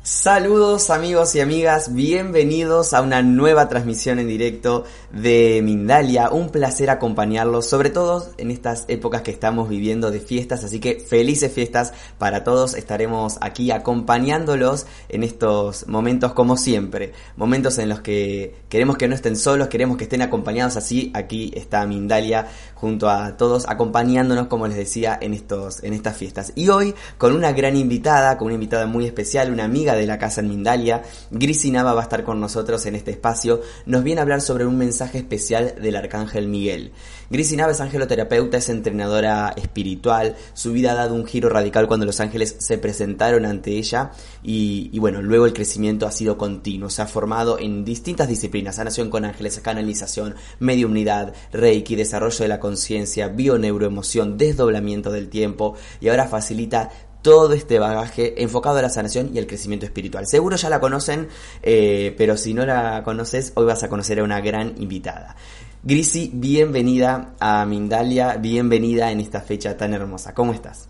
Saludos amigos y amigas, bienvenidos a una nueva transmisión en directo de Mindalia. Un placer acompañarlos, sobre todo en estas épocas que estamos viviendo de fiestas, así que felices fiestas para todos. Estaremos aquí acompañándolos en estos momentos como siempre, momentos en los que queremos que no estén solos, queremos que estén acompañados, así aquí está Mindalia junto a todos acompañándonos, como les decía, en estas fiestas. Y hoy con una gran invitada, con una invitada muy especial, una amiga de la casa en Mindalia. Grisi Nava va a estar con nosotros en este espacio. Nos viene a hablar sobre un mensaje especial del Arcángel Miguel. Grisi Nava es angeloterapeuta, es entrenadora espiritual. Su vida ha dado un giro radical cuando los ángeles se presentaron ante ella y bueno, luego el crecimiento ha sido continuo. Se ha formado en distintas disciplinas: sanación con ángeles, canalización, mediumnidad, reiki, desarrollo de la conciencia, bioneuroemoción, desdoblamiento del tiempo, y ahora facilita todo este bagaje enfocado a la sanación y el crecimiento espiritual. Seguro ya la conocen, pero si no la conoces, hoy vas a conocer a una gran invitada. Grisi, bienvenida a Mindalia, bienvenida en esta fecha tan hermosa. ¿Cómo estás?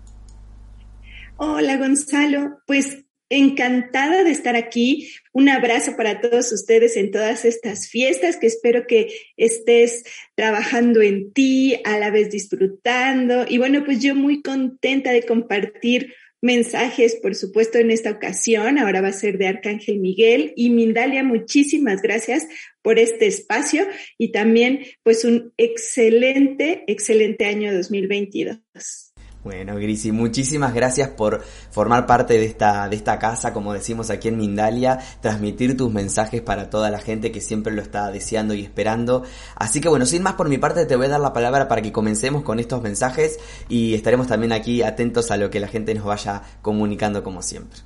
Hola Gonzalo, pues encantada de estar aquí. Un abrazo para todos ustedes en todas estas fiestas, que espero que estés trabajando en ti, a la vez disfrutando. Y bueno, pues yo muy contenta de compartir mensajes, por supuesto, en esta ocasión. Ahora va a ser de Arcángel Miguel. Y Mindalia, muchísimas gracias por este espacio y también pues un excelente año 2022. Bueno, Grisi, muchísimas gracias por formar parte de esta casa, como decimos aquí en Mindalia, transmitir tus mensajes para toda la gente que siempre lo está deseando y esperando. Así que bueno, sin más por mi parte, te voy a dar la palabra para que comencemos con estos mensajes y estaremos también aquí atentos a lo que la gente nos vaya comunicando como siempre.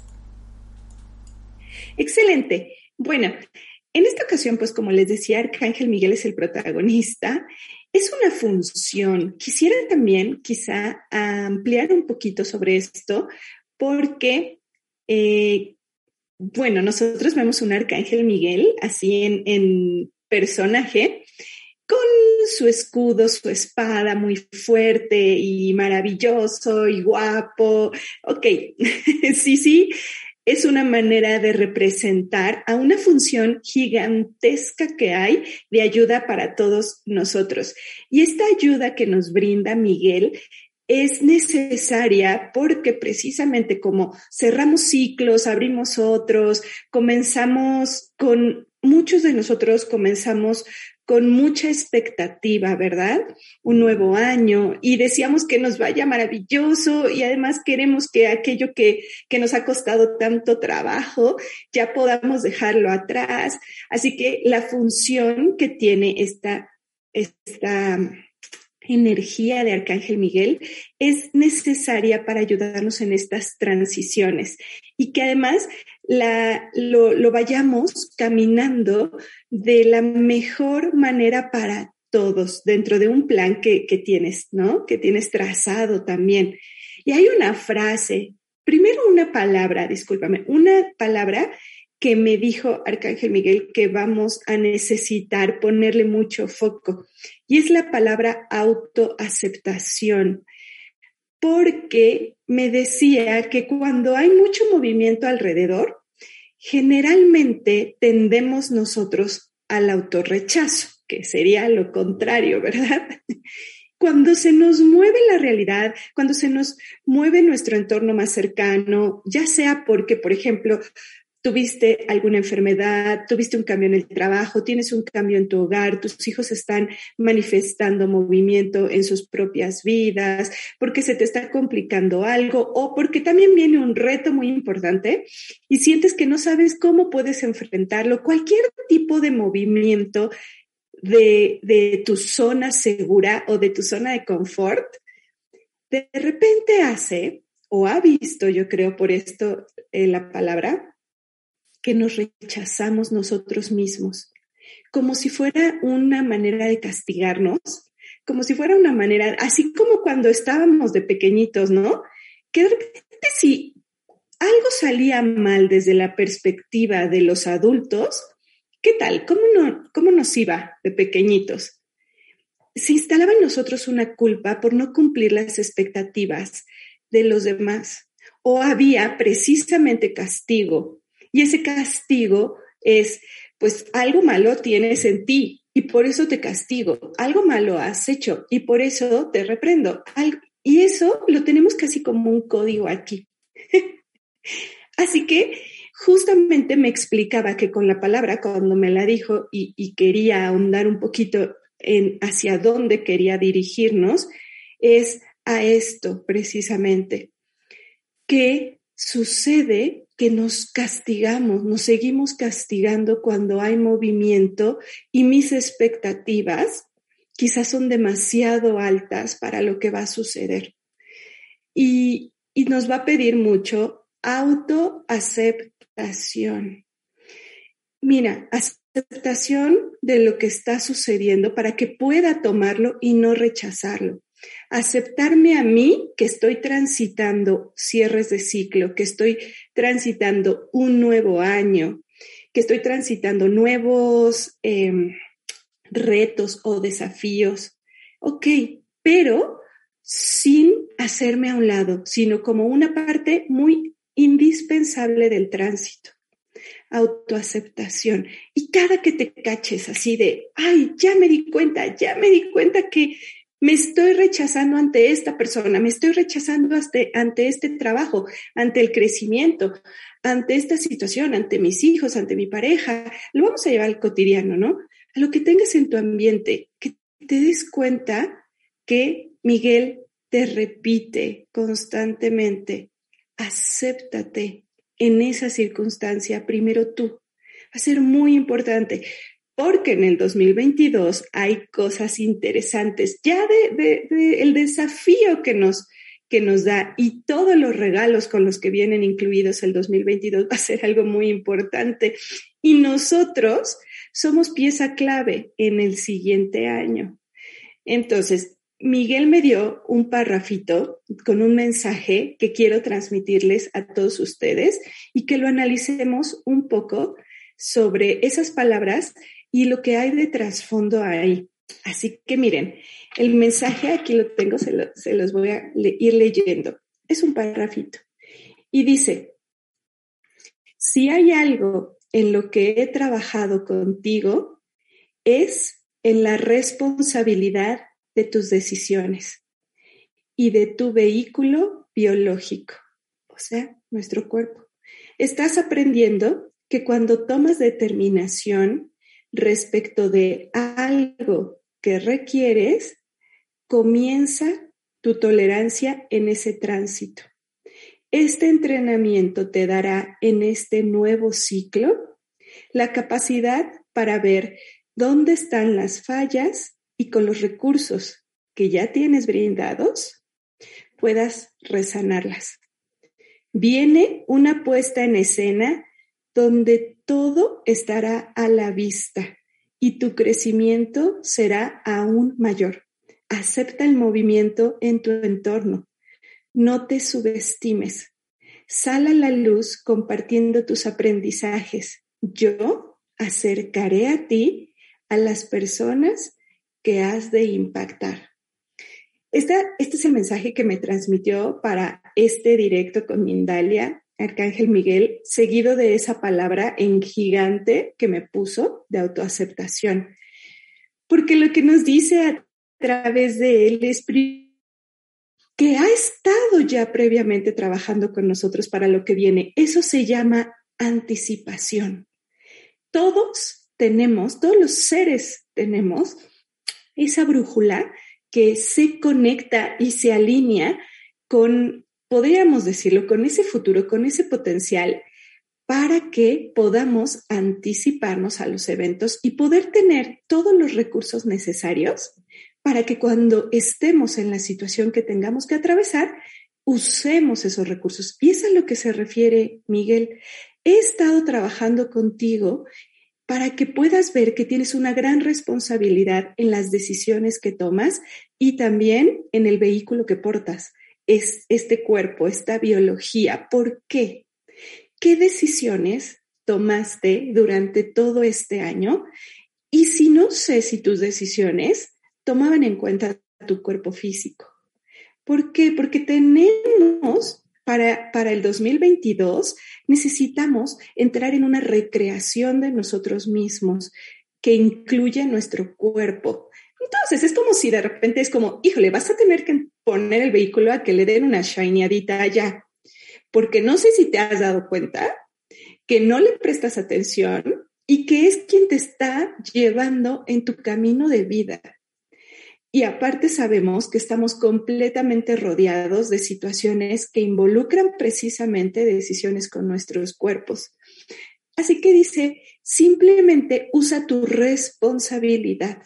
Excelente. Bueno, en esta ocasión, pues como les decía, Arcángel Miguel es el protagonista. Es una función. Quisiera también quizá ampliar un poquito sobre esto porque, bueno, nosotros vemos un Arcángel Miguel así en personaje, con su escudo, su espada muy fuerte y maravilloso y guapo. Ok, sí, es una manera de representar a una función gigantesca que hay de ayuda para todos nosotros. Y esta ayuda que nos brinda Miguel es necesaria porque precisamente como cerramos ciclos, abrimos otros, muchos de nosotros comenzamos con mucha expectativa, ¿verdad? Un nuevo año y deseamos que nos vaya maravilloso y además queremos que aquello que nos ha costado tanto trabajo ya podamos dejarlo atrás. Así que la función que tiene esta energía de Arcángel Miguel es necesaria para ayudarnos en estas transiciones y que además lo vayamos caminando de la mejor manera para todos, dentro de un plan que tienes, ¿no? Que tienes trazado también. Y hay una frase, primero una palabra que me dijo Arcángel Miguel que vamos a necesitar ponerle mucho foco, y es la palabra autoaceptación, porque me decía que cuando hay mucho movimiento alrededor, generalmente tendemos nosotros al autorrechazo, que sería lo contrario, ¿verdad? Cuando se nos mueve la realidad, cuando se nos mueve nuestro entorno más cercano, ya sea porque, por ejemplo, tuviste alguna enfermedad, tuviste un cambio en el trabajo, tienes un cambio en tu hogar, tus hijos están manifestando movimiento en sus propias vidas, porque se te está complicando algo o porque también viene un reto muy importante y sientes que no sabes cómo puedes enfrentarlo. Cualquier tipo de movimiento de tu zona segura o de tu zona de confort, de repente hace, o ha visto, yo creo por esto la palabra, que nos rechazamos nosotros mismos, como si fuera una manera de castigarnos, como si fuera una manera, así como cuando estábamos de pequeñitos, ¿no? Que de repente si algo salía mal desde la perspectiva de los adultos, ¿qué tal? ¿Cómo nos iba de pequeñitos? Se instalaba en nosotros una culpa por no cumplir las expectativas de los demás. o había precisamente castigo. Y ese castigo es, pues algo malo tienes en ti y por eso te castigo. Algo malo has hecho y por eso te reprendo. Y eso lo tenemos casi como un código aquí. Así que justamente me explicaba que con la palabra, cuando me la dijo y quería ahondar un poquito en hacia dónde quería dirigirnos, es a esto precisamente. ¿Qué sucede? Que nos castigamos, nos seguimos castigando cuando hay movimiento y mis expectativas quizás son demasiado altas para lo que va a suceder. Y nos va a pedir mucho autoaceptación. Mira, aceptación de lo que está sucediendo para que pueda tomarlo y no rechazarlo. Aceptarme a mí que estoy transitando cierres de ciclo, que estoy transitando un nuevo año, que estoy transitando nuevos retos o desafíos. Ok, pero sin hacerme a un lado, sino como una parte muy indispensable del tránsito. Autoaceptación. Y cada que te caches así de, ay, ya me di cuenta que me estoy rechazando ante esta persona, me estoy rechazando ante este trabajo, ante el crecimiento, ante esta situación, ante mis hijos, ante mi pareja, lo vamos a llevar al cotidiano, ¿no? A lo que tengas en tu ambiente, que te des cuenta que Miguel te repite constantemente, acéptate en esa circunstancia, primero tú. Va a ser muy importante, porque en el 2022 hay cosas interesantes, ya de el desafío que nos da y todos los regalos con los que vienen incluidos el 2022 va a ser algo muy importante. Y nosotros somos pieza clave en el siguiente año. Entonces, Miguel me dio un parrafito con un mensaje que quiero transmitirles a todos ustedes y que lo analicemos un poco sobre esas palabras y lo que hay de trasfondo ahí. Así que miren, el mensaje aquí lo tengo, se los voy a ir leyendo. Es un parrafito. Y dice, si hay algo en lo que he trabajado contigo, es en la responsabilidad de tus decisiones y de tu vehículo biológico, o sea, nuestro cuerpo. Estás aprendiendo que cuando tomas determinación respecto de algo que requieres, comienza tu tolerancia en ese tránsito. Este entrenamiento te dará en este nuevo ciclo la capacidad para ver dónde están las fallas y con los recursos que ya tienes brindados, puedas resanarlas. Viene una puesta en escena donde todo estará a la vista y tu crecimiento será aún mayor. Acepta el movimiento en tu entorno. No te subestimes. Sal a la luz compartiendo tus aprendizajes. Yo acercaré a ti a las personas que has de impactar. Este es el mensaje que me transmitió para este directo con Mindalia, Arcángel Miguel, seguido de esa palabra en gigante que me puso de autoaceptación. Porque lo que nos dice a través de él es que ha estado ya previamente trabajando con nosotros para lo que viene. Eso se llama anticipación. Todos los seres tenemos esa brújula que se conecta y se alinea con, podríamos decirlo, con ese futuro, con ese potencial para que podamos anticiparnos a los eventos y poder tener todos los recursos necesarios para que cuando estemos en la situación que tengamos que atravesar, usemos esos recursos. Y es a lo que se refiere Miguel. He estado trabajando contigo para que puedas ver que tienes una gran responsabilidad en las decisiones que tomas y también en el vehículo que portas, es este cuerpo, esta biología. ¿Por qué? ¿Qué decisiones tomaste durante todo este año? Y si no sé si tus decisiones tomaban en cuenta tu cuerpo físico. ¿Por qué? Porque tenemos para el 2022 necesitamos entrar en una recreación de nosotros mismos que incluya nuestro cuerpo. Entonces, es como si de repente es como, híjole, vas a tener que poner el vehículo a que le den una shineadita allá, porque no sé si te has dado cuenta que no le prestas atención y que es quien te está llevando en tu camino de vida. Y aparte sabemos que estamos completamente rodeados de situaciones que involucran precisamente decisiones con nuestros cuerpos. Así que dice, simplemente usa tu responsabilidad.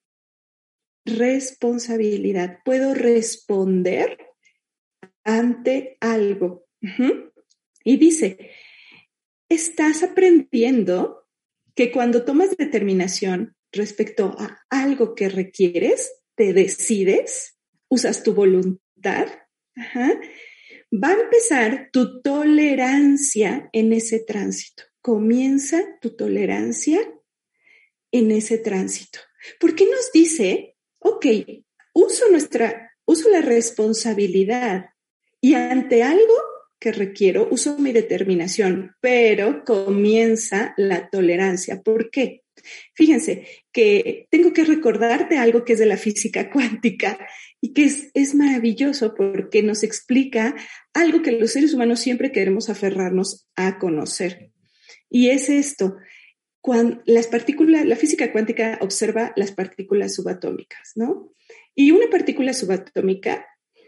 Responsabilidad. Puedo responder ante algo. Y dice, estás aprendiendo que cuando tomas determinación respecto a algo que requieres, te decides, usas tu voluntad, va a empezar tu tolerancia en ese tránsito. Comienza tu tolerancia en ese tránsito. ¿Por qué nos dice, ok, uso la responsabilidad y ante algo que requiero, uso mi determinación, pero comienza la tolerancia? ¿Por qué? Fíjense que tengo que recordarte algo que es de la física cuántica y que es maravilloso porque nos explica algo que los seres humanos siempre queremos aferrarnos a conocer. Y es esto, cuando la física cuántica observa las partículas subatómicas, ¿no? Y una partícula subatómica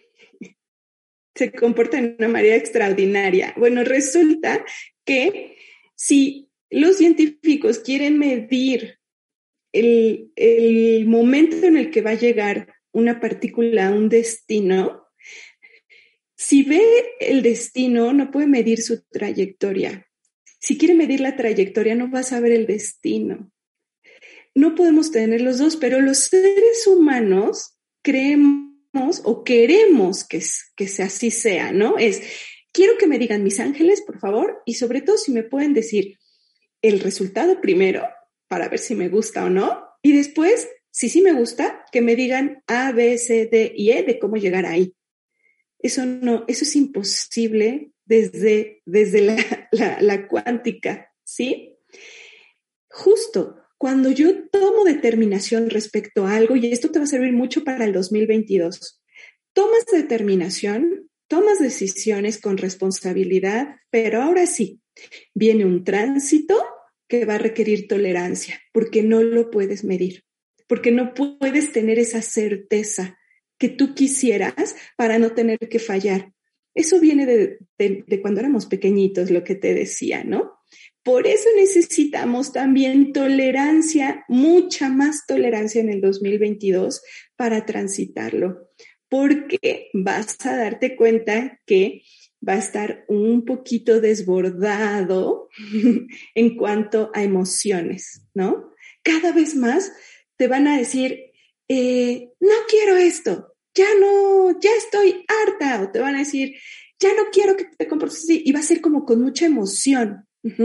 se comporta de una manera extraordinaria. Bueno, resulta que si los científicos quieren medir el momento en el que va a llegar una partícula a un destino, si ve el destino, no puede medir su trayectoria. Si quiere medir la trayectoria, no va a saber el destino. No podemos tener los dos, pero los seres humanos creemos o queremos que así sea, ¿no? Quiero que me digan mis ángeles, por favor, y sobre todo si me pueden decir el resultado primero para ver si me gusta o no, y después, si sí me gusta, que me digan A, B, C, D y E de cómo llegar ahí. Eso es imposible desde la cuántica, ¿sí? Justo cuando yo tomo determinación respecto a algo, y esto te va a servir mucho para el 2022, tomas determinación, tomas decisiones con responsabilidad, pero ahora sí, viene un tránsito que va a requerir tolerancia, porque no lo puedes medir, porque no puedes tener esa certeza que tú quisieras para no tener que fallar. Eso viene de cuando éramos pequeñitos, lo que te decía, ¿no? Por eso necesitamos también tolerancia, mucha más tolerancia en el 2022 para transitarlo, porque vas a darte cuenta que va a estar un poquito desbordado en cuanto a emociones, ¿no? Cada vez más te van a decir, no quiero esto, ya estoy harta, o te van a decir, ya no quiero que te comportes así, y va a ser como con mucha emoción.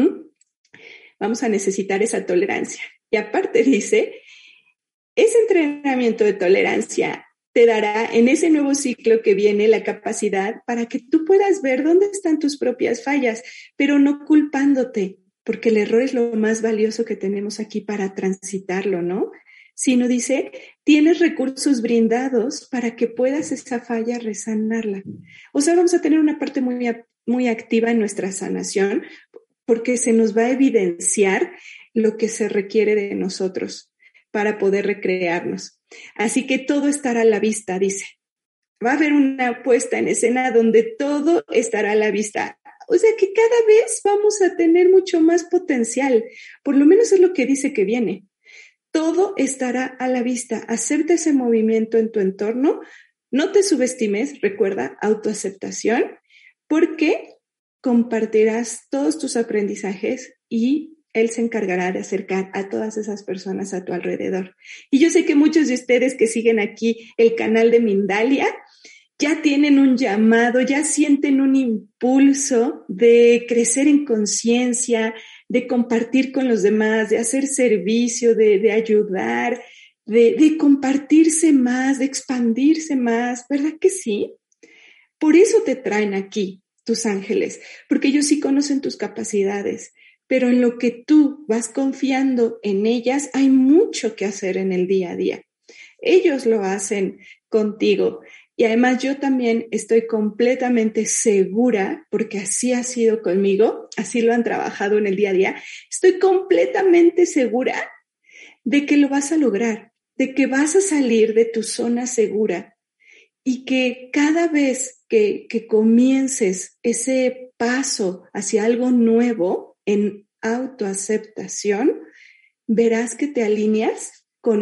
Vamos a necesitar esa tolerancia. Y aparte dice, ese entrenamiento de tolerancia te dará en ese nuevo ciclo que viene la capacidad para que tú puedas ver dónde están tus propias fallas, pero no culpándote, porque el error es lo más valioso que tenemos aquí para transitarlo, ¿no? Sino dice, tienes recursos brindados para que puedas esa falla resanarla. O sea, vamos a tener una parte muy, muy activa en nuestra sanación, porque se nos va a evidenciar lo que se requiere de nosotros para poder recrearnos. Así que todo estará a la vista, dice. Va a haber una puesta en escena donde todo estará a la vista. O sea que cada vez vamos a tener mucho más potencial. Por lo menos es lo que dice que viene. Todo estará a la vista. Acepta ese movimiento en tu entorno. No te subestimes, recuerda, autoaceptación, porque compartirás todos tus aprendizajes y él se encargará de acercar a todas esas personas a tu alrededor. Y yo sé que muchos de ustedes que siguen aquí el canal de Mindalia ya tienen un llamado, ya sienten un impulso de crecer en conciencia, de compartir con los demás, de hacer servicio, de ayudar, de compartirse más, de expandirse más, ¿verdad que sí? Por eso te traen aquí. tus ángeles, porque ellos sí conocen tus capacidades, pero en lo que tú vas confiando en ellas, hay mucho que hacer en el día a día. Ellos lo hacen contigo. Y además yo también estoy completamente segura, porque así ha sido conmigo, así lo han trabajado en el día a día, estoy completamente segura de que lo vas a lograr, de que vas a salir de tu zona segura y que cada vez que comiences ese paso hacia algo nuevo en autoaceptación, verás que te alineas con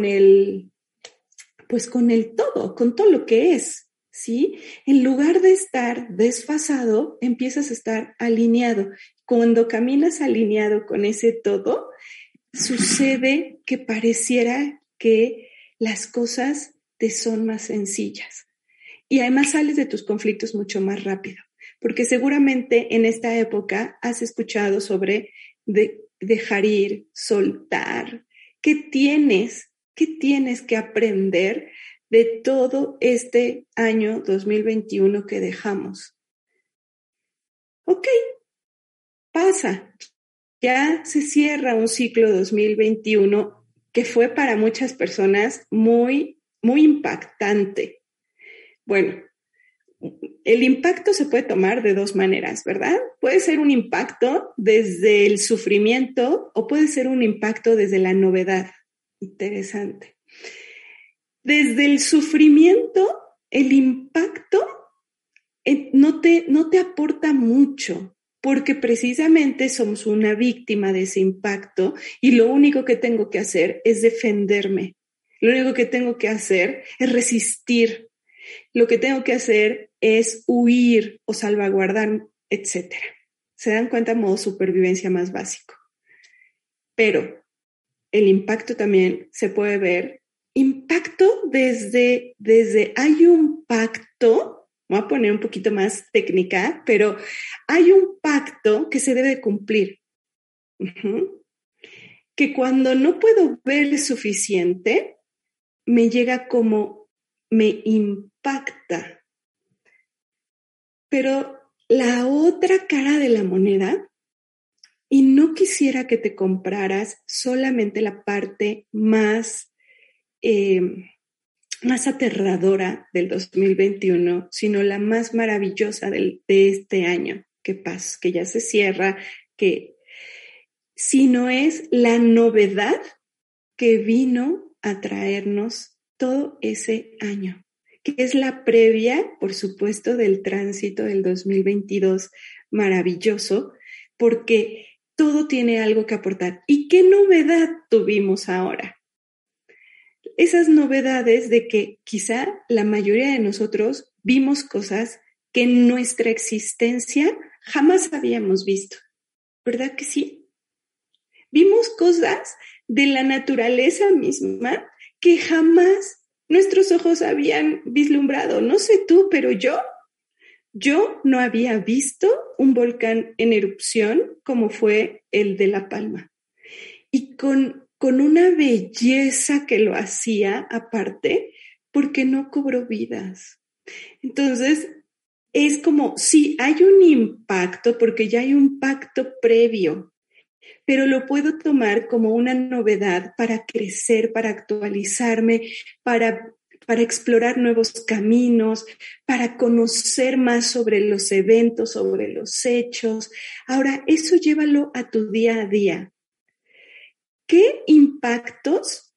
con el todo, con todo lo que es. ¿Sí? En lugar de estar desfasado, empiezas a estar alineado. Cuando caminas alineado con ese todo, sucede que pareciera que las cosas te son más sencillas. Y además sales de tus conflictos mucho más rápido, porque seguramente en esta época has escuchado sobre dejar ir, soltar. ¿Qué tienes que aprender de todo este año 2021 que dejamos? Ok, pasa. Ya se cierra un ciclo 2021 que fue para muchas personas muy, muy impactante. Bueno, el impacto se puede tomar de dos maneras, ¿verdad? Puede ser un impacto desde el sufrimiento o puede ser un impacto desde la novedad. Interesante. Desde el sufrimiento, el impacto no te aporta mucho, porque precisamente somos una víctima de ese impacto y lo único que tengo que hacer es defenderme. Lo único que tengo que hacer es resistir. Lo que tengo que hacer es huir o salvaguardar, etc. ¿Se dan cuenta? Modo supervivencia más básico. Pero el impacto también se puede ver. Impacto desde hay un pacto, voy a poner un poquito más técnica, pero hay un pacto que se debe cumplir. Que cuando no puedo ver suficiente, me llega como me impacta. Pero la otra cara de la moneda, y no quisiera que te compraras solamente la parte más aterradora del 2021, sino la más maravillosa de este año que ya se cierra, sino es la novedad que vino a traernos todo ese año, que es la previa, por supuesto, del tránsito del 2022 maravilloso, porque todo tiene algo que aportar. ¿Y qué novedad tuvimos ahora? Esas novedades de que quizá la mayoría de nosotros vimos cosas que en nuestra existencia jamás habíamos visto. ¿Verdad que sí? Vimos cosas de la naturaleza misma que jamás nuestros ojos habían vislumbrado. No sé tú, pero yo no había visto un volcán en erupción como fue el de La Palma. Y con una belleza que lo hacía aparte, porque no cobró vidas. Entonces, es como, sí, hay un impacto, porque ya hay un pacto previo, pero lo puedo tomar como una novedad para crecer, para actualizarme, para explorar nuevos caminos, para conocer más sobre los eventos, sobre los hechos. Ahora, eso llévalo a tu día a día. ¿Qué impactos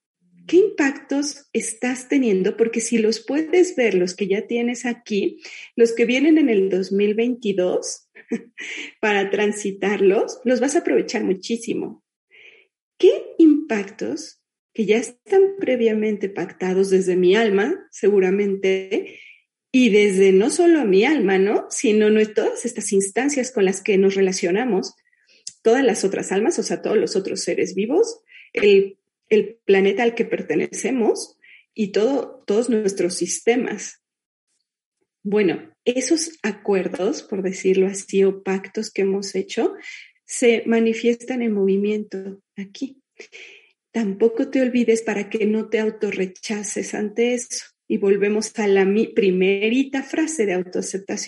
estás teniendo? Porque si los puedes ver, los que ya tienes aquí, los que vienen en el 2022, para transitarlos, los vas a aprovechar muchísimo. ¿Qué impactos que ya están previamente pactados desde mi alma, seguramente, y desde no solo mi alma, ¿no? Sino todas estas instancias con las que nos relacionamos, todas las otras almas, o sea, todos los otros seres vivos, el planeta al que pertenecemos y todos nuestros sistemas. Bueno, esos acuerdos, por decirlo así, o pactos que hemos hecho, se manifiestan en movimiento aquí. Tampoco te olvides para que no te autorrechaces ante eso. Y volvemos a la primerita frase de autoaceptación.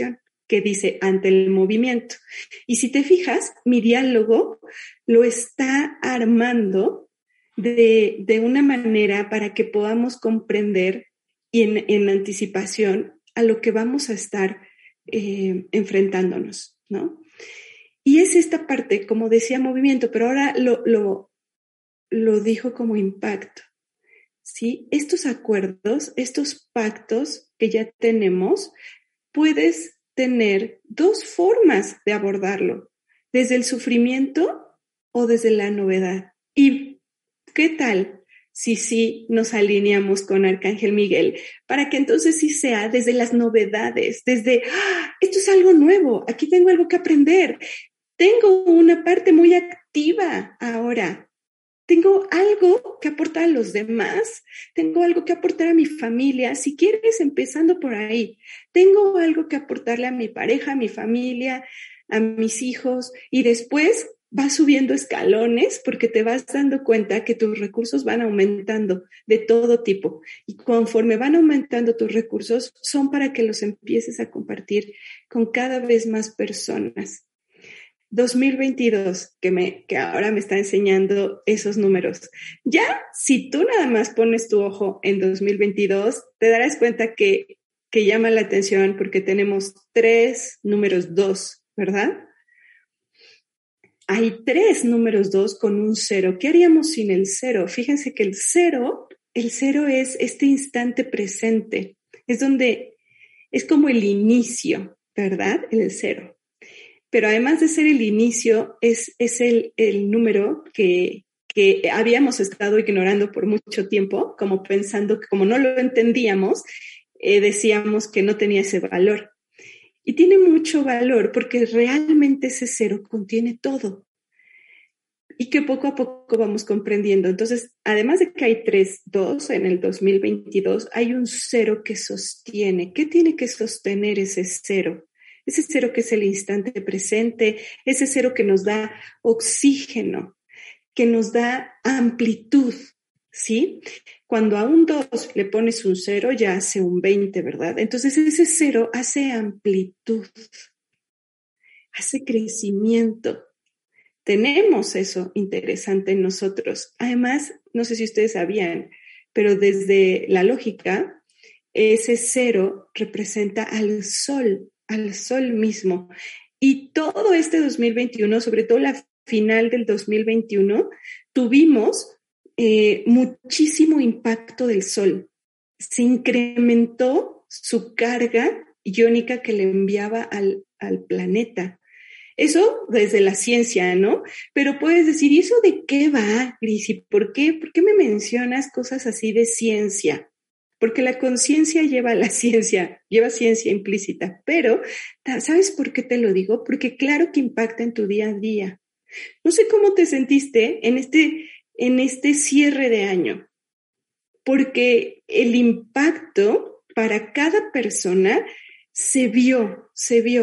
que dice ante el movimiento. Y si te fijas, mi diálogo lo está armando de una manera para que podamos comprender y en anticipación a lo que vamos a estar enfrentándonos, ¿no? Y es esta parte, como decía, movimiento, pero ahora lo dijo como impacto, ¿sí? Estos acuerdos, estos pactos que ya tenemos, puedes tener dos formas de abordarlo, desde el sufrimiento o desde la novedad. ¿Y qué tal si sí nos alineamos con Arcángel Miguel? Para que entonces sí sea desde las novedades, desde, esto es algo nuevo, aquí tengo algo que aprender, tengo una parte muy activa ahora. Tengo algo que aportar a los demás, tengo algo que aportar a mi familia, si quieres empezando por ahí, tengo algo que aportarle a mi pareja, a mi familia, a mis hijos y después vas subiendo escalones porque te vas dando cuenta que tus recursos van aumentando de todo tipo y conforme van aumentando tus recursos son para que los empieces a compartir con cada vez más personas. 2022, que ahora me está enseñando esos números. Ya, si tú nada más pones tu ojo en 2022, te darás cuenta que llama la atención porque tenemos 3 números 2, ¿verdad? Hay 3 números 2 con un 0. ¿Qué haríamos sin el 0? Fíjense que el 0 es este instante presente. Es donde, es como el inicio, ¿verdad? El 0. Pero además de ser el inicio, es el número que habíamos estado ignorando por mucho tiempo, como pensando que como no lo entendíamos, decíamos que no tenía ese valor. Y tiene mucho valor porque realmente ese 0 contiene todo. Y que poco a poco vamos comprendiendo. Entonces, además de que hay 3, 2 en el 2022, hay un 0 que sostiene. ¿Qué tiene que sostener ese 0? Ese 0 que es el instante presente, ese 0 que nos da oxígeno, que nos da amplitud, ¿sí? Cuando a un 2 le pones un 0, ya hace un 20, ¿verdad? Entonces ese 0 hace amplitud, hace crecimiento. Tenemos eso interesante en nosotros. Además, no sé si ustedes sabían, pero desde la lógica, ese 0 representa al sol mismo. Y todo este 2021, sobre todo la final del 2021, tuvimos muchísimo impacto del sol. Se incrementó su carga iónica que le enviaba al planeta. Eso desde la ciencia, ¿no? Pero puedes decir, ¿y eso de qué va, Grisi? ¿Por qué me mencionas cosas así de ciencia? Porque la conciencia lleva la ciencia, lleva ciencia implícita, pero ¿sabes por qué te lo digo? Porque claro que impacta en tu día a día. No sé cómo te sentiste en este cierre de año, porque el impacto para cada persona se vio.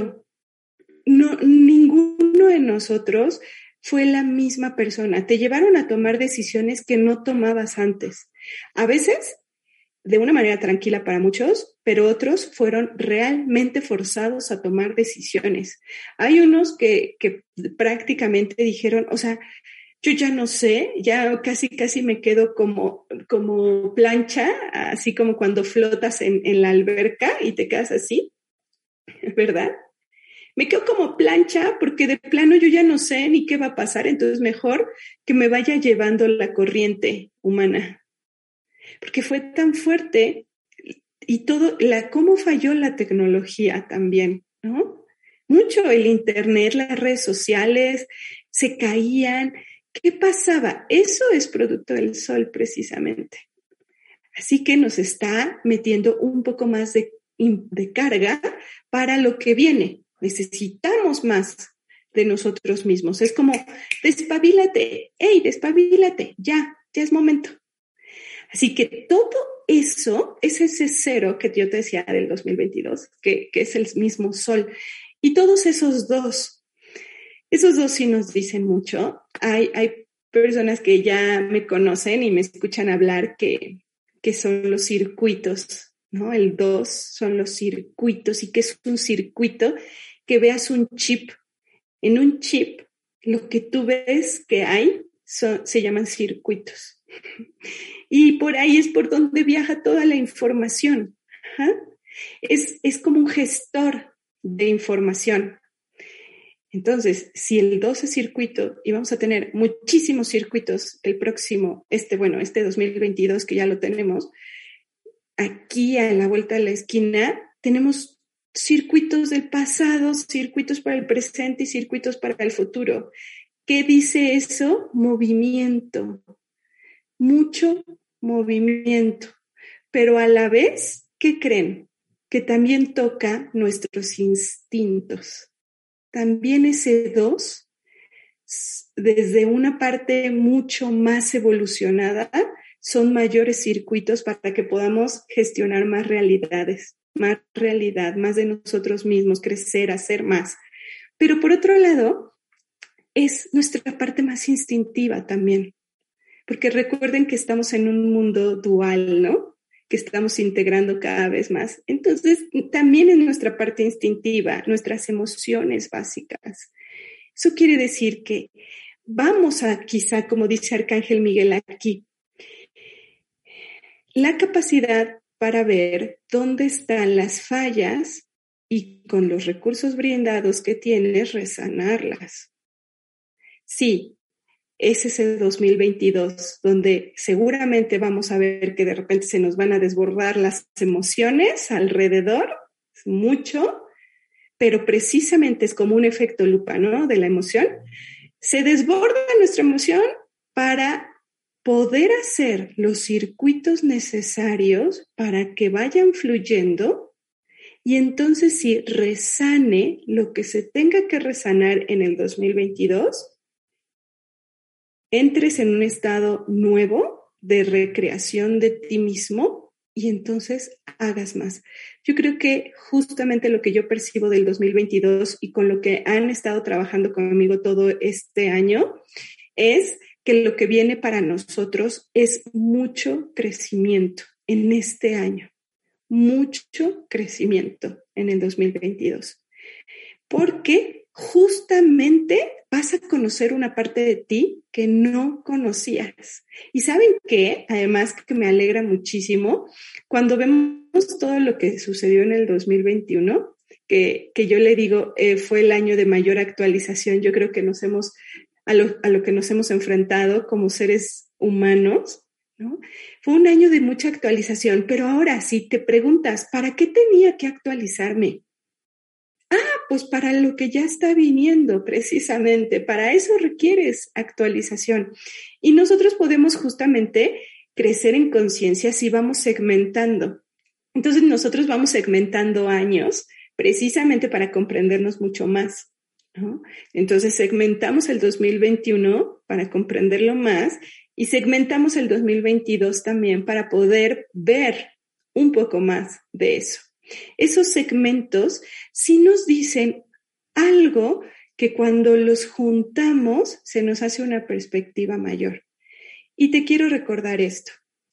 No, ninguno de nosotros fue la misma persona. Te llevaron a tomar decisiones que no tomabas antes. A veces de una manera tranquila para muchos, pero otros fueron realmente forzados a tomar decisiones. Hay unos que prácticamente dijeron, o sea, yo ya no sé, ya casi me quedo como plancha, así como cuando flotas en la alberca y te quedas así, ¿verdad? Me quedo como plancha porque de plano yo ya no sé ni qué va a pasar, entonces mejor que me vaya llevando la corriente humana. Porque fue tan fuerte y cómo falló la tecnología también, ¿no? Mucho el internet, las redes sociales, se caían. ¿Qué pasaba? Eso es producto del sol precisamente. Así que nos está metiendo un poco más de carga para lo que viene. Necesitamos más de nosotros mismos. Es como, despabilate, despabilate, ya es momento. Así que todo eso es ese 0 que yo te decía del 2022, que es el mismo sol. Y todos esos dos sí nos dicen mucho. Hay personas que ya me conocen y me escuchan hablar que son los circuitos, ¿no? El 2 son los circuitos. ¿Y qué es un circuito? Que veas un chip. En un chip, lo que tú ves que hay se llaman circuitos. Y por ahí es por donde viaja toda la información. Ajá. Es como un gestor de información. Entonces, si el 2 es circuito y vamos a tener muchísimos circuitos el próximo, este 2022 que ya lo tenemos, aquí a la vuelta de la esquina tenemos circuitos del pasado, circuitos para el presente y circuitos para el futuro. ¿Qué dice eso? Movimiento, mucho movimiento, pero a la vez, ¿qué creen? Que también toca nuestros instintos. También ese 2, desde una parte mucho más evolucionada, son mayores circuitos para que podamos gestionar más realidades, más realidad, más de nosotros mismos, crecer, hacer más. Pero por otro lado, es nuestra parte más instintiva también, porque recuerden que estamos en un mundo dual, ¿no? Que estamos integrando cada vez más. Entonces, también en nuestra parte instintiva, nuestras emociones básicas. Eso quiere decir que vamos a, quizá, como dice Arcángel Miguel aquí, la capacidad para ver dónde están las fallas y con los recursos brindados que tienes, resanarlas. Sí, es ese 2022 donde seguramente vamos a ver que de repente se nos van a desbordar las emociones alrededor, mucho, pero precisamente es como un efecto lupa, ¿no? De la emoción. Se desborda nuestra emoción para poder hacer los circuitos necesarios para que vayan fluyendo y entonces sí resane lo que se tenga que resanar en el 2022, entres en un estado nuevo de recreación de ti mismo y entonces hagas más. Yo creo que justamente lo que yo percibo del 2022 y con lo que han estado trabajando conmigo todo este año es que lo que viene para nosotros es mucho crecimiento en este año, mucho crecimiento en el 2022. Porque justamente vas a conocer una parte de ti que no conocías. Y ¿saben qué? Además que me alegra muchísimo, cuando vemos todo lo que sucedió en el 2021, que yo le digo fue el año de mayor actualización, yo creo que a lo que nos hemos enfrentado como seres humanos, ¿no? Fue un año de mucha actualización, pero ahora si te preguntas, ¿para qué tenía que actualizarme? Pues para lo que ya está viniendo, precisamente, para eso requieres actualización. Y nosotros podemos justamente crecer en conciencia si vamos segmentando. Entonces nosotros vamos segmentando años precisamente para comprendernos mucho más, ¿no? Entonces segmentamos el 2021 para comprenderlo más y segmentamos el 2022 también para poder ver un poco más de eso. Esos segmentos sí nos dicen algo que cuando los juntamos se nos hace una perspectiva mayor. Y te quiero recordar esto.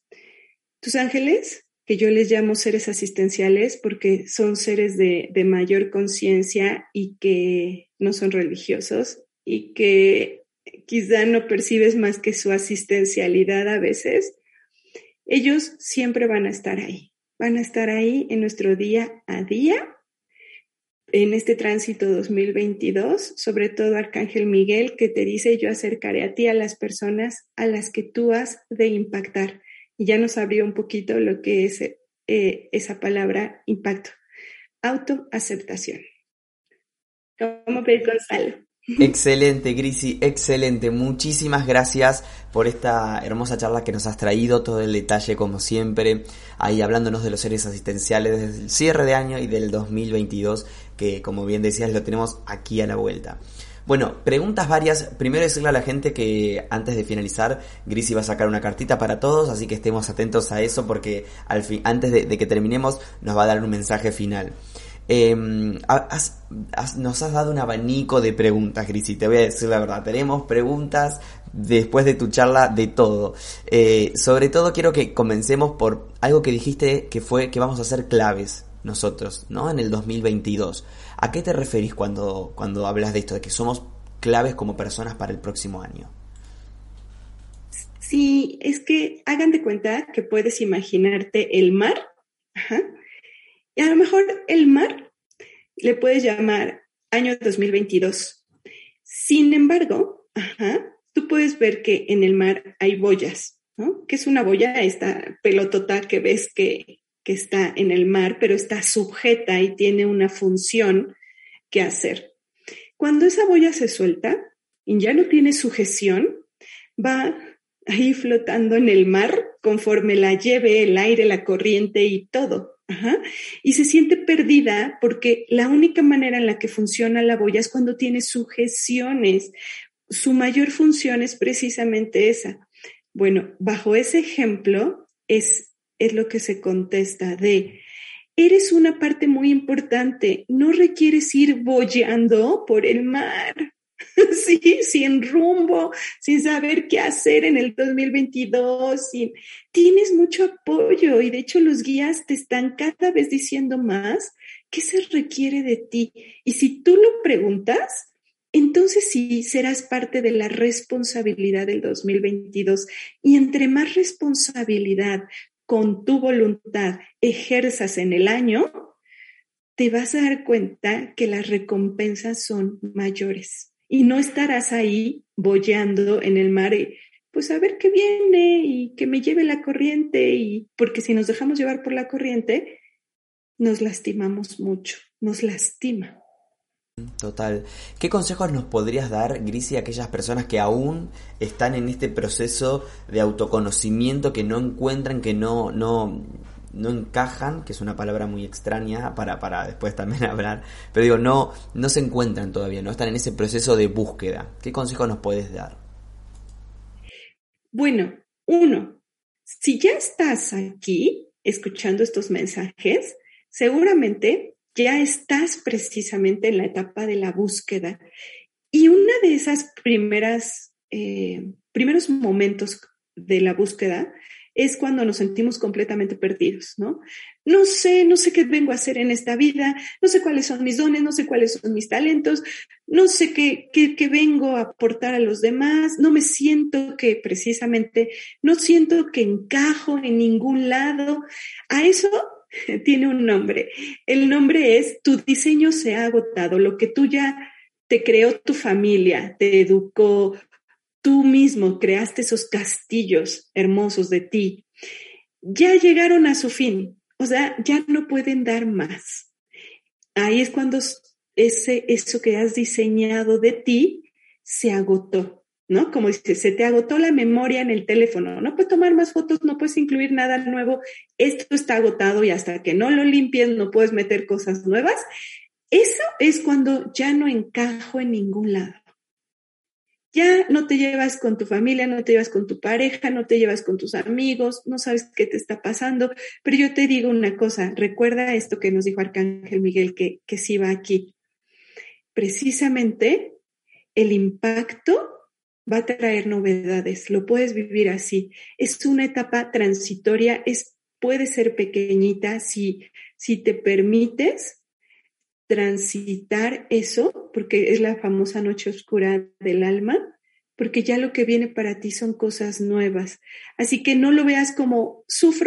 Tus ángeles, que yo les llamo seres asistenciales porque son seres de mayor conciencia y que no son religiosos y que quizá no percibes más que su asistencialidad a veces, ellos siempre van a estar ahí. Van a estar ahí en nuestro día a día, en este tránsito 2022, sobre todo Arcángel Miguel, que te dice: yo acercaré a ti a las personas a las que tú has de impactar. Y ya nos abrió un poquito lo que es esa palabra impacto. Autoaceptación. ¿Cómo ves, Gonzalo? Excelente, Grisi, excelente. Muchísimas gracias por esta hermosa charla que nos has traído, todo el detalle como siempre, ahí hablándonos de los seres asistenciales desde el cierre de año y del 2022, que como bien decías lo tenemos aquí a la vuelta. Bueno, preguntas varias. Primero decirle a la gente que antes de finalizar, Grisi va a sacar una cartita para todos, así que estemos atentos a eso porque antes de que terminemos nos va a dar un mensaje final. Nos has dado un abanico de preguntas, Grisi, te voy a decir la verdad, tenemos preguntas después de tu charla de todo. Sobre todo quiero que comencemos por algo que dijiste que fue que vamos a ser claves nosotros, ¿no? En el 2022. ¿A qué te referís cuando hablas de esto, de que somos claves como personas para el próximo año? Sí, es que hagan de cuenta que puedes imaginarte el mar, ajá, y a lo mejor el mar le puedes llamar año 2022. Sin embargo, ajá, tú puedes ver que en el mar hay boyas, ¿no? ¿Qué es una boya? Esta pelotota que ves que está en el mar, pero está sujeta y tiene una función que hacer. Cuando esa boya se suelta y ya no tiene sujeción, va ahí flotando en el mar conforme la lleve el aire, la corriente y todo. Ajá. Y se siente perdida porque la única manera en la que funciona la boya es cuando tiene sujeciones. Su mayor función es precisamente esa. Bueno, bajo ese ejemplo es lo que se contesta de eres una parte muy importante, no requieres ir boyando por el mar. Sí, sin rumbo, sin saber qué hacer en el 2022, tienes mucho apoyo y de hecho los guías te están cada vez diciendo más qué se requiere de ti. Y si tú lo preguntas, entonces sí serás parte de la responsabilidad del 2022. Y entre más responsabilidad con tu voluntad ejerzas en el año, te vas a dar cuenta que las recompensas son mayores. Y no estarás ahí boyando en el mar, pues a ver qué viene y que me lleve la corriente. Y porque si nos dejamos llevar por la corriente, nos lastimamos mucho, nos lastima. Total. ¿Qué consejos nos podrías dar, Grisi, a aquellas personas que aún están en este proceso de autoconocimiento, que no encuentran, que no encajan, que es una palabra muy extraña para después también hablar, pero digo, no se encuentran todavía, no están en ese proceso de búsqueda? ¿Qué consejos nos puedes dar? Bueno, uno, si ya estás aquí escuchando estos mensajes, seguramente ya estás precisamente en la etapa de la búsqueda. Y una de esas primeros momentos de la búsqueda es cuando nos sentimos completamente perdidos, ¿no? No sé qué vengo a hacer en esta vida, no sé cuáles son mis dones, no sé cuáles son mis talentos, no sé qué vengo a aportar a los demás, no siento que encajo en ningún lado. A eso tiene un nombre. El nombre es tu diseño se ha agotado, lo que tú ya te creó tu familia, te educó, tú mismo creaste esos castillos hermosos de ti, ya llegaron a su fin, o sea, ya no pueden dar más. Ahí es cuando eso que has diseñado de ti se agotó, ¿no? Como dices, se te agotó la memoria en el teléfono, no puedes tomar más fotos, no puedes incluir nada nuevo, esto está agotado y hasta que no lo limpies no puedes meter cosas nuevas. Eso es cuando ya no encajo en ningún lado. Ya no te llevas con tu familia, no te llevas con tu pareja, no te llevas con tus amigos, no sabes qué te está pasando, pero yo te digo una cosa, recuerda esto que nos dijo Arcángel Miguel, que sí va aquí. Precisamente el impacto va a traer novedades, lo puedes vivir así. Es una etapa transitoria, puede ser pequeñita si te permites transitar eso, porque es la famosa noche oscura del alma, porque ya lo que viene para ti son cosas nuevas. Así que no lo veas como sufro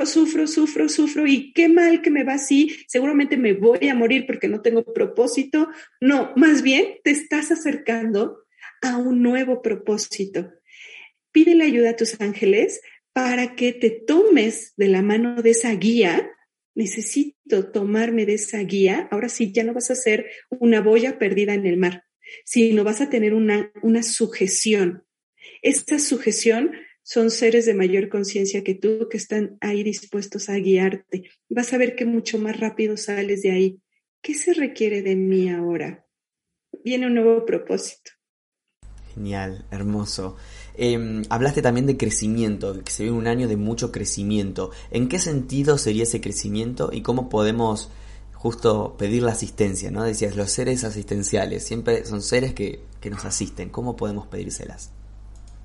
y qué mal que me va así, seguramente me voy a morir porque no tengo propósito. No, más bien te estás acercando a un nuevo propósito. Pídele ayuda a tus ángeles para que te tomes de la mano de esa guía. Necesito tomarme de esa guía. Ahora sí, ya no vas a ser una boya perdida en el mar, sino vas a tener una sujeción. Esta sujeción son seres de mayor conciencia que tú, que están ahí dispuestos a guiarte. Vas a ver que mucho más rápido sales de ahí. ¿Qué se requiere de mí ahora? Viene un nuevo propósito. Genial, hermoso. Hablaste también de crecimiento, de que se viene un año de mucho crecimiento. ¿En qué sentido sería ese crecimiento y cómo podemos justo pedir la asistencia, ¿no? Decías, los seres asistenciales, siempre son seres que nos asisten. ¿Cómo podemos pedírselas?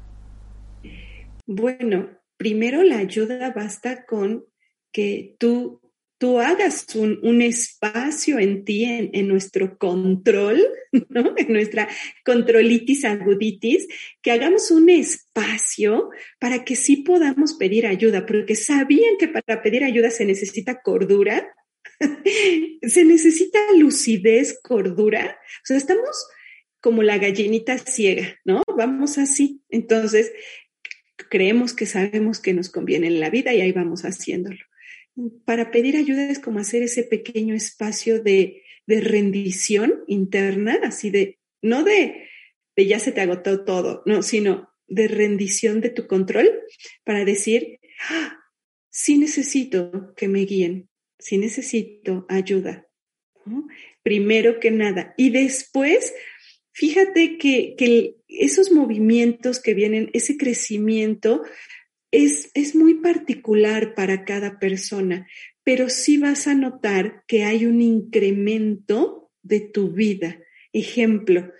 Bueno, primero la ayuda basta con que tú hagas un espacio en ti, en nuestro control, ¿no? En nuestra controlitis aguditis, que hagamos un espacio para que sí podamos pedir ayuda, porque sabían que para pedir ayuda se necesita cordura, se necesita lucidez, cordura. O sea, estamos como la gallinita ciega, ¿no? Vamos así. Entonces, creemos que sabemos que nos conviene en la vida y ahí vamos haciéndolo. Para pedir ayuda es como hacer ese pequeño espacio de rendición interna, así no de ya se te agotó todo, no, sino de rendición de tu control para decir, sí necesito que me guíen, sí necesito ayuda, ¿no? Primero que nada. Y después, fíjate que esos movimientos que vienen, ese crecimiento, es muy particular para cada persona, pero sí vas a notar que hay un incremento de tu vida. Ejemplo,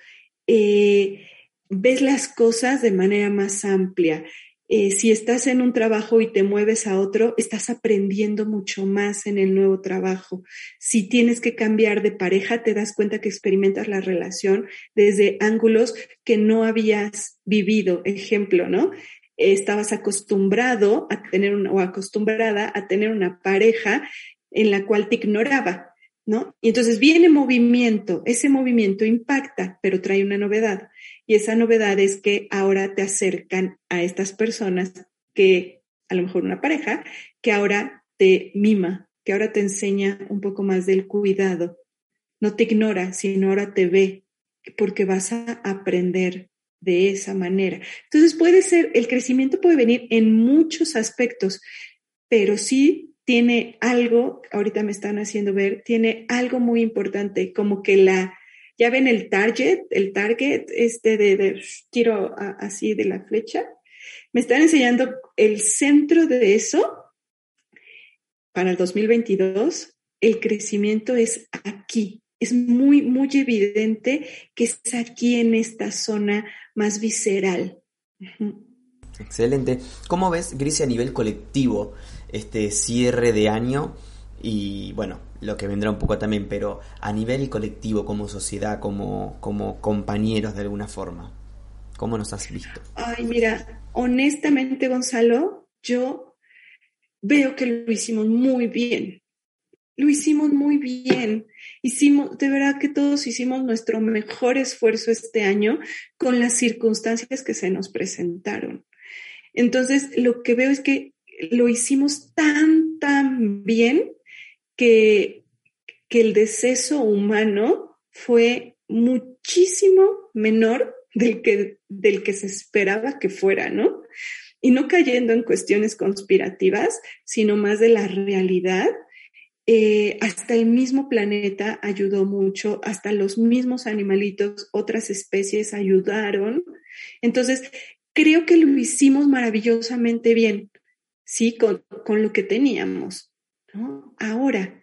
ves las cosas de manera más amplia. Si estás en un trabajo y te mueves a otro, estás aprendiendo mucho más en el nuevo trabajo. Si tienes que cambiar de pareja, te das cuenta que experimentas la relación desde ángulos que no habías vivido. Ejemplo, ¿no? Estabas acostumbrado a tener o acostumbrada a tener una pareja en la cual te ignoraba, ¿no? Y entonces viene movimiento, ese movimiento impacta, pero trae una novedad. Y esa novedad es que ahora te acercan a estas personas que, a lo mejor una pareja, que ahora te mima, que ahora te enseña un poco más del cuidado. No te ignora, sino ahora te ve, porque vas a aprender de esa manera. Entonces el crecimiento puede venir en muchos aspectos, pero sí tiene algo, ahorita me están haciendo ver, tiene algo muy importante, como que ya ven el target de tiro así de la flecha, me están enseñando el centro de eso para el 2022, el crecimiento es aquí. Es muy, muy evidente que es aquí en esta zona más visceral. Uh-huh. Excelente. ¿Cómo ves, Grisi, a nivel colectivo este cierre de año? Y bueno, lo que vendrá un poco también, pero a nivel colectivo, como sociedad, como compañeros de alguna forma, ¿cómo nos has visto? Ay, mira, honestamente, Gonzalo, yo veo que lo hicimos muy bien. Lo hicimos muy bien. De verdad que todos hicimos nuestro mejor esfuerzo este año con las circunstancias que se nos presentaron. Entonces, lo que veo es que lo hicimos tan bien que el deceso humano fue muchísimo menor del que se esperaba que fuera, ¿no? Y no cayendo en cuestiones conspirativas, sino más de la realidad. Hasta el mismo planeta ayudó mucho, hasta los mismos animalitos, otras especies ayudaron. Entonces, creo que lo hicimos maravillosamente bien, ¿sí? Con lo que teníamos, ¿no? Ahora,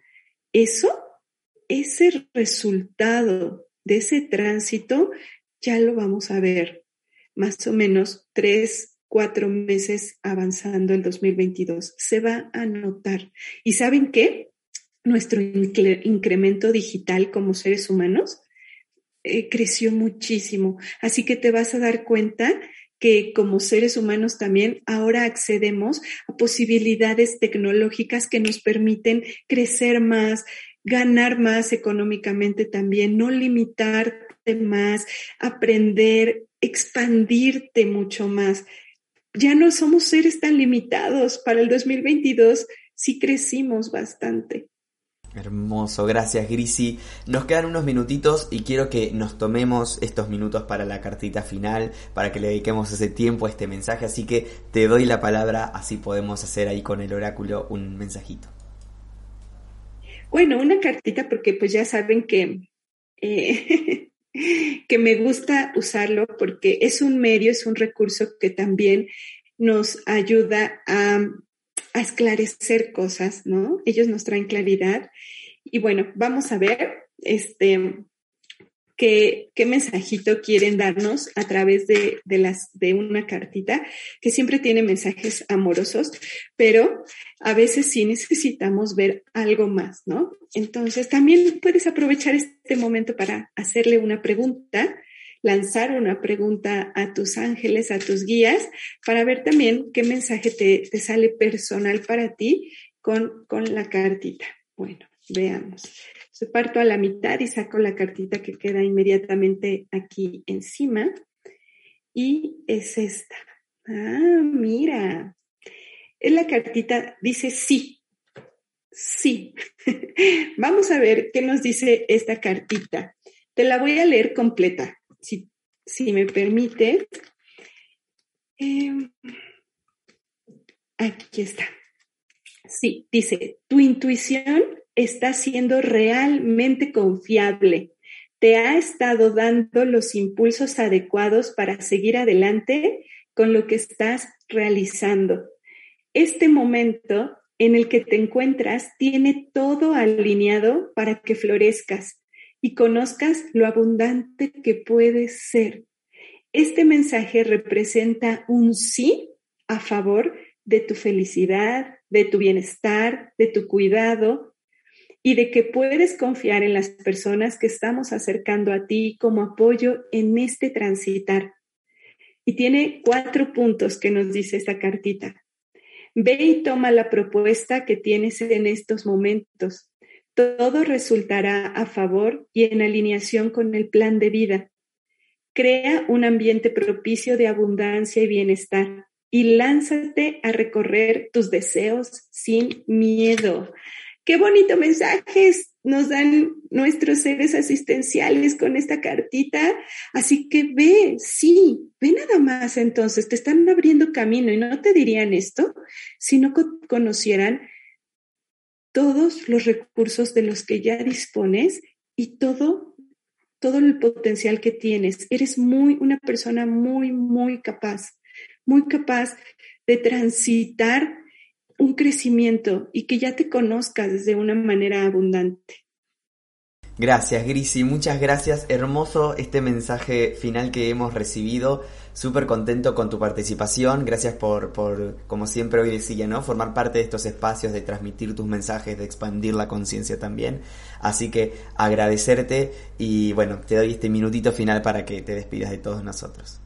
ese resultado de ese tránsito, ya lo vamos a ver más o menos 3-4 meses avanzando el 2022. Se va a notar. ¿Y saben qué? Nuestro incremento digital como seres humanos creció muchísimo. Así que te vas a dar cuenta que como seres humanos también ahora accedemos a posibilidades tecnológicas que nos permiten crecer más, ganar más económicamente también, no limitarte más, aprender, expandirte mucho más. Ya no somos seres tan limitados. Para el 2022 sí crecimos bastante. Hermoso, gracias Grisi. Nos quedan unos minutitos y quiero que nos tomemos estos minutos para la cartita final, para que le dediquemos ese tiempo a este mensaje, así que te doy la palabra, así podemos hacer ahí con el oráculo un mensajito. Bueno, una cartita porque pues ya saben que que me gusta usarlo porque es un medio, es un recurso que también nos ayuda a esclarecer cosas, ¿no? Ellos nos traen claridad. Y bueno, vamos a ver, qué mensajito quieren darnos a través de una cartita, que siempre tiene mensajes amorosos, pero a veces sí necesitamos ver algo más, ¿no? Entonces también puedes aprovechar este momento para hacerle una pregunta, lanzar una pregunta a tus ángeles, a tus guías, para ver también qué mensaje te sale personal para ti con la cartita. Bueno, veamos. Se parto a la mitad y saco la cartita que queda inmediatamente aquí encima. Y es esta. Ah, mira. Es la cartita, dice sí. Sí. Vamos a ver qué nos dice esta cartita. Te la voy a leer completa, si me permite. Aquí está. Sí, dice, tu intuición está siendo realmente confiable. Te ha estado dando los impulsos adecuados para seguir adelante con lo que estás realizando. Este momento en el que te encuentras tiene todo alineado para que florezcas y conozcas lo abundante que puedes ser. Este mensaje representa un sí a favor de tu felicidad, de tu bienestar, de tu cuidado, y de que puedes confiar en las personas que estamos acercando a ti como apoyo en este transitar. Y tiene 4 puntos que nos dice esta cartita. Ve y toma la propuesta que tienes en estos momentos. Todo resultará a favor y en alineación con el plan de vida. Crea un ambiente propicio de abundancia y bienestar y lánzate a recorrer tus deseos sin miedo. Qué bonito mensajes nos dan nuestros seres asistenciales con esta cartita. Así que ve nada más entonces. Te están abriendo camino y no te dirían esto si no conocieran todos los recursos de los que ya dispones y todo el potencial que tienes. Eres una persona muy, muy capaz de transitar un crecimiento y que ya te conozcas de una manera abundante. Gracias, Grisi, muchas gracias. Hermoso este mensaje final que hemos recibido. Súper contento con tu participación. Gracias por, como siempre hoy decía, ¿no? Formar parte de estos espacios, de transmitir tus mensajes, de expandir la conciencia también. Así que agradecerte y bueno, te doy este minutito final para que te despidas de todos nosotros.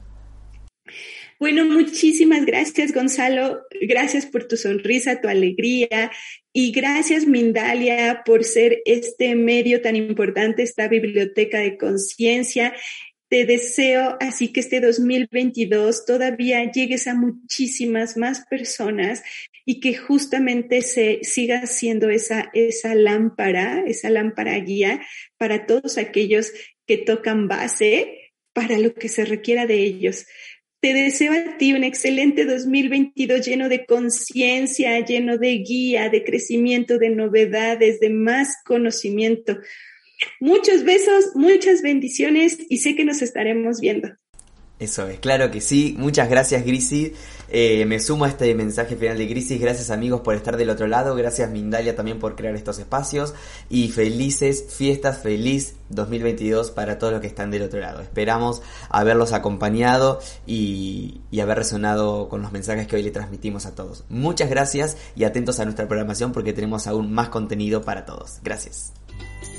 Bueno, muchísimas gracias, Gonzalo. Gracias por tu sonrisa, tu alegría y gracias, Mindalia, por ser este medio tan importante, esta biblioteca de conciencia. Te deseo así que este 2022 todavía llegues a muchísimas más personas y que justamente se siga siendo esa lámpara guía para todos aquellos que tocan base para lo que se requiera de ellos. Te deseo a ti un excelente 2022 lleno de conciencia, lleno de guía, de crecimiento, de novedades, de más conocimiento. Muchos besos, muchas bendiciones y sé que nos estaremos viendo. Eso es, claro que sí. Muchas gracias, Grisi. Me sumo a este mensaje final de Grisi. Gracias, amigos, por estar del otro lado. Gracias, Mindalia, también por crear estos espacios. Y felices fiestas, feliz 2022 para todos los que están del otro lado. Esperamos haberlos acompañado y haber resonado con los mensajes que hoy le transmitimos a todos. Muchas gracias y atentos a nuestra programación porque tenemos aún más contenido para todos. Gracias.